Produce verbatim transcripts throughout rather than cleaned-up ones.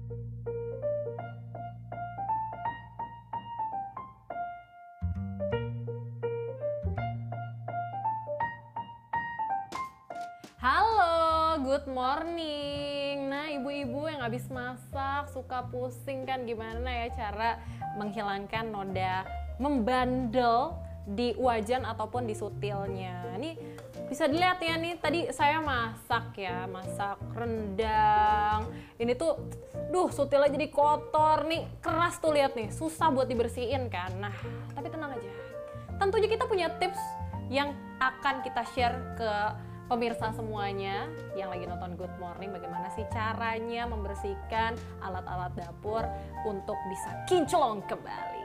Halo, good morning. Nah, ibu-ibu yang habis masak suka pusing kan gimana ya cara menghilangkan noda membandel di wajan ataupun di sutilnya. Ini bisa dilihat ya nih, tadi saya masak ya, masak rendang. Ini tuh, duh sutilnya jadi kotor nih, keras tuh lihat nih, susah buat dibersihin kan. Nah, tapi tenang aja. Tentunya kita punya tips yang akan kita share ke pemirsa semuanya yang lagi nonton Good Morning, bagaimana sih caranya membersihkan alat-alat dapur untuk bisa kinclong kembali.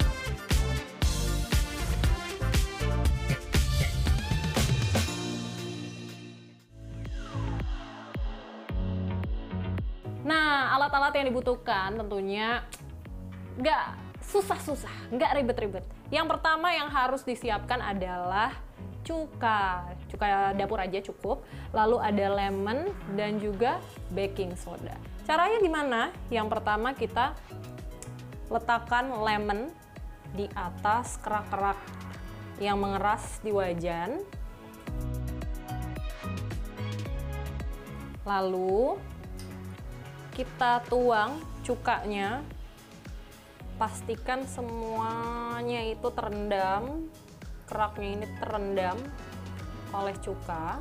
Nah, alat-alat yang dibutuhkan tentunya nggak susah-susah, nggak ribet-ribet. Yang pertama yang harus disiapkan adalah cuka, cuka dapur aja cukup. Lalu ada lemon dan juga baking soda. Caranya gimana? Yang pertama kita letakkan lemon di atas kerak-kerak yang mengeras di wajan. Lalu kita tuang cukanya. Pastikan semuanya itu terendam, keraknya ini terendam oleh cuka.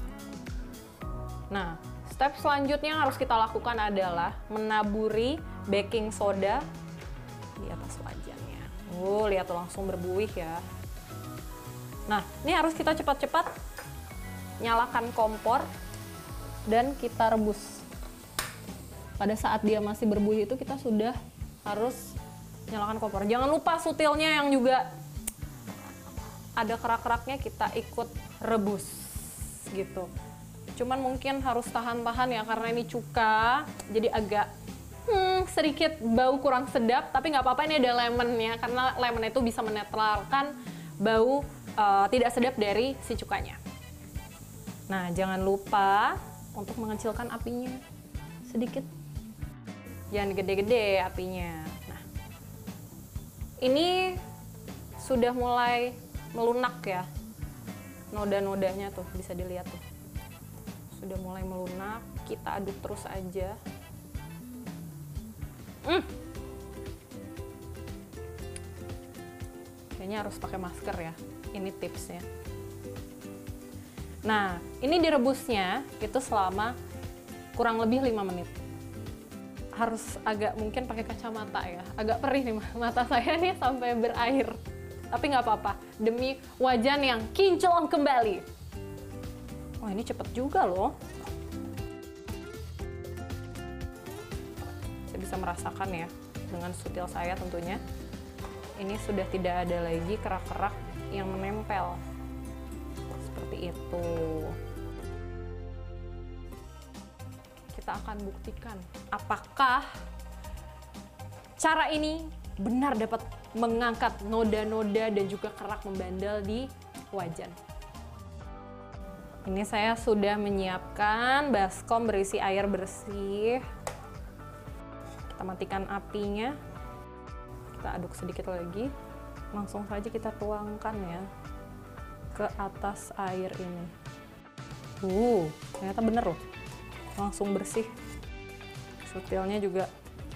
Nah, step selanjutnya yang harus kita lakukan adalah menaburi baking soda di atas wajannya. Oh, lihat tuh langsung berbuih ya. Nah, ini harus kita cepat-cepat nyalakan kompor dan kita rebus. Pada saat dia masih berbuih itu kita sudah harus nyalakan kompor. Jangan lupa sutilnya yang juga ada kerak-keraknya kita ikut rebus gitu. Cuman mungkin harus tahan-tahan ya karena ini cuka, jadi agak hmm, sedikit bau kurang sedap. Tapi nggak apa-apa, ini ada lemonnya karena lemon itu bisa menetralkan bau uh, tidak sedap dari si cukanya. Nah, jangan lupa untuk mengecilkan apinya sedikit. Jangan gede-gede apinya. Nah, ini sudah mulai melunak ya, noda-nodanya tuh bisa dilihat tuh sudah mulai melunak. Kita aduk terus aja. hmm. Kayaknya harus pakai masker ya, ini tipsnya. Nah, ini direbusnya itu selama kurang lebih lima menit. Harus agak mungkin pakai kacamata ya, agak perih nih mata saya nih sampai berair. Tapi nggak apa-apa, demi wajan yang kinclong kembali. Wah, ini cepet juga loh. Saya bisa merasakan ya, dengan sutil saya tentunya. Ini sudah tidak ada lagi kerak-kerak yang menempel. Seperti itu. Kita akan buktikan apakah cara ini benar dapat mengangkat noda-noda dan juga kerak membandel di wajan. Ini saya sudah menyiapkan baskom berisi air bersih. Kita matikan apinya. Kita aduk sedikit lagi. Langsung saja kita tuangkan ya ke atas air ini. Uh, ternyata bener loh. Langsung bersih. Sutilnya juga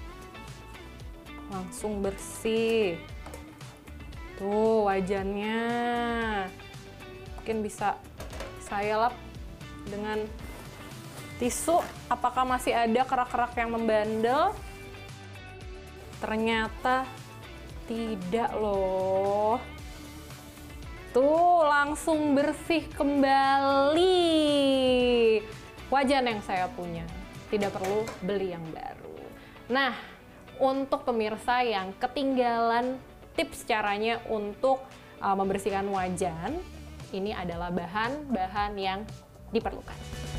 langsung bersih. Tuh wajannya. Mungkin bisa saya lap dengan tisu. Apakah masih ada kerak-kerak yang membandel? Ternyata tidak loh. Tuh langsung bersih kembali. Wajan yang saya punya, tidak perlu beli yang baru. Nah, untuk pemirsa yang ketinggalan tips caranya untuk uh, membersihkan wajan, ini adalah bahan-bahan yang diperlukan.